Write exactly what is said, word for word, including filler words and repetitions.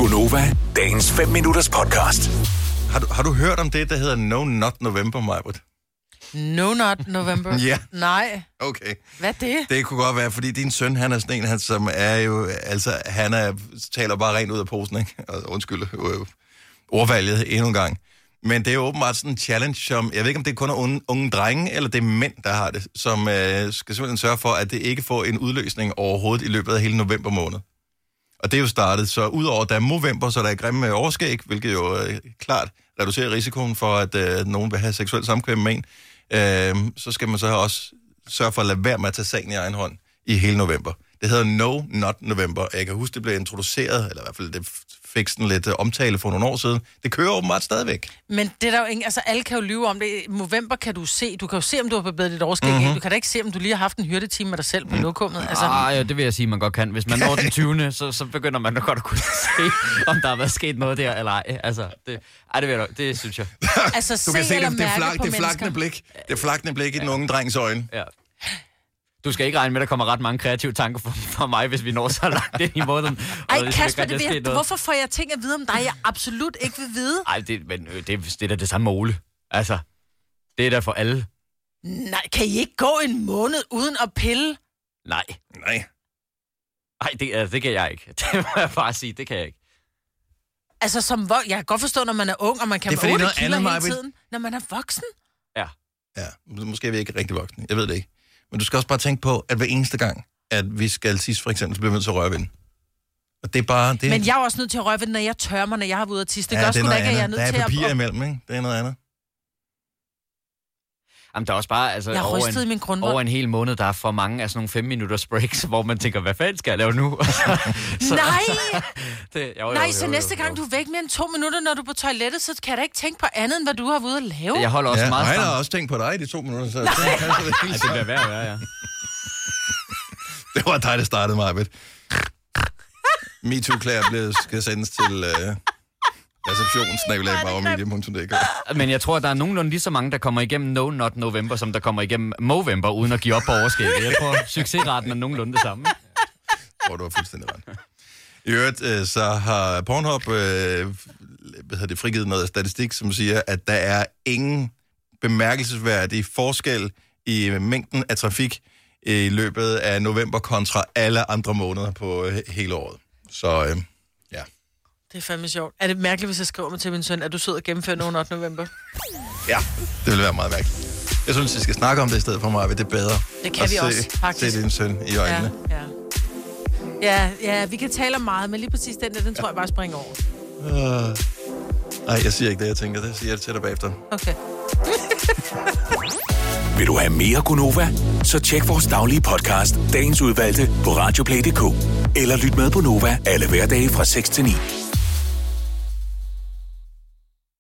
Gunova, dagens fem minutters podcast. Har du, har du hørt om det, der hedder No Not November, Majbert? No Not November? Ja. Nej. Okay. Hvad er det? Det kunne godt være, fordi din søn, han er sådan en, han, som er jo, altså, han er, taler bare rent ud af posen, ikke? Undskyld, øh, ordvalget endnu en gang. Men det er jo åbenbart sådan en challenge, som, jeg ved ikke, om det kun er unge, unge drenge, eller det er mænd, der har det, som øh, skal simpelthen sørge for, at det ikke får en udløsning overhovedet i løbet af hele november måned. Og det er jo startet, så udover at der er Movember, så der er grimme overskæg, hvilket jo øh, klart reducerer risikoen for, at øh, nogen vil have seksuelt samkvem med en, øh, så skal man så også sørge for at lade være med at tage sagen i egen hånd i hele november. Det hedder No Not November. Jeg kan huske, det blev introduceret, eller i hvert fald det fik sådan lidt omtale for nogle år siden. Det kører åbenbart stadigvæk. Men det er der jo ingen, altså alle kan jo lyve om det. I november kan du se, du kan jo se, om du har forbedret dit overskæg. Mm-hmm. Du kan da ikke se, om du lige har haft en hyrdetime med dig selv på mm. lokummet. Altså... Ah, ja, det vil jeg sige, man godt kan. Hvis man når den tyvende så, så begynder man godt at kunne se, om der har været sket noget der, eller ej. Altså, det, ej, det, vil jeg, det synes jeg. Altså, du se kan se eller det, mærke det, flag, på det flakne blik. Det flakne blik i ja. Den unge drengs øjne. Ja. Du skal ikke regne med, at der kommer ret mange kreative tanker for, for mig, hvis vi når så langt ind i måden. Ej, Kasper, det jeg, hvorfor får jeg ting at vide om dig, jeg absolut ikke vil vide? Ej, det, men, det, det er da det samme måle. Altså, det er da for alle. Nej, kan I ikke gå en måned uden at pille? Nej. Nej. Nej, det, altså, det kan jeg ikke. Det må jeg bare sige, det kan jeg ikke. Altså, som vo- jeg kan godt forstå, når man er ung, og man kan med otte kilo hele tiden. Når man er voksen? Ja. Ja, måske er vi ikke rigtig voksne. Jeg ved det ikke. Men du skal også bare tænke på, at hver eneste gang, at vi skal tisse, for eksempel, så bliver vi nødt til at røre ved den. Og det er bare... Det... Men jeg er også nødt til at røre ved den, når jeg tørrer mig, når jeg har været ude at tisse. Det ja, gør det sgu da ikke, at jeg er nødt til at... Der er papir at... imellem, ikke? Det er noget andet. Jamen, der er også bare... Altså, jeg har over rystet en, i min grundvold. Over en hel måned, der er for mange af sådan nogle fem minutters breaks, hvor man tænker, hvad fanden skal jeg lave nu? så, Nej! det, jo, jo, Nej, jo, så jo, næste jo, gang jo. du er væk mere end to minutter, når du er på toilettet, så kan jeg da ikke tænke på andet, end hvad du har været ude at lave. Jeg holder også ja, meget frem. frem. Jeg har også tænkt på dig i de to minutter, så... Nej. Det, Ej, det bliver værd at være, ja. Det var dig, der startede, Majbet. MeToo-klæder skal sendes til uh, receptionen snabel-a powermedia punktum d k. Men jeg tror, der er nogenlunde lige så mange, der kommer igennem No Not November, som der kommer igennem Movember, uden at give op på overskægget. Jeg tror, succesraten er nogenlunde det samme. Jeg tror, du har fuldstændig ret. I øvrigt, øh, så har Pornhub øh, hvad hedder det, frigivet noget statistik, som siger, at der er ingen bemærkelsesværdig forskel i mængden af trafik i løbet af november kontra alle andre måneder på øh, hele året. Så øh, ja. Det er fandme sjovt. Er det mærkeligt, hvis jeg skriver mig til min søn, at du sidder og gennemfører nogen ottende november? Ja, det vil være meget mærkeligt. Jeg synes, vi skal snakke om det i stedet for mig, at det er bedre. Det kan vi se, også, faktisk. Se din søn i øjnene. Ja, ja. Ja, ja, vi kan tale om meget, men lige præcis den der, den tror jeg bare springer over. Uh, nej, jeg siger ikke det, jeg tænker. Det siger jeg til dig bagefter. Okay. Vil du have mere Gunova? Så tjek vores daglige podcast, dagens udvalgte, på radioplay punktum d k. Eller lyt med på Nova alle hverdage fra seks til ni.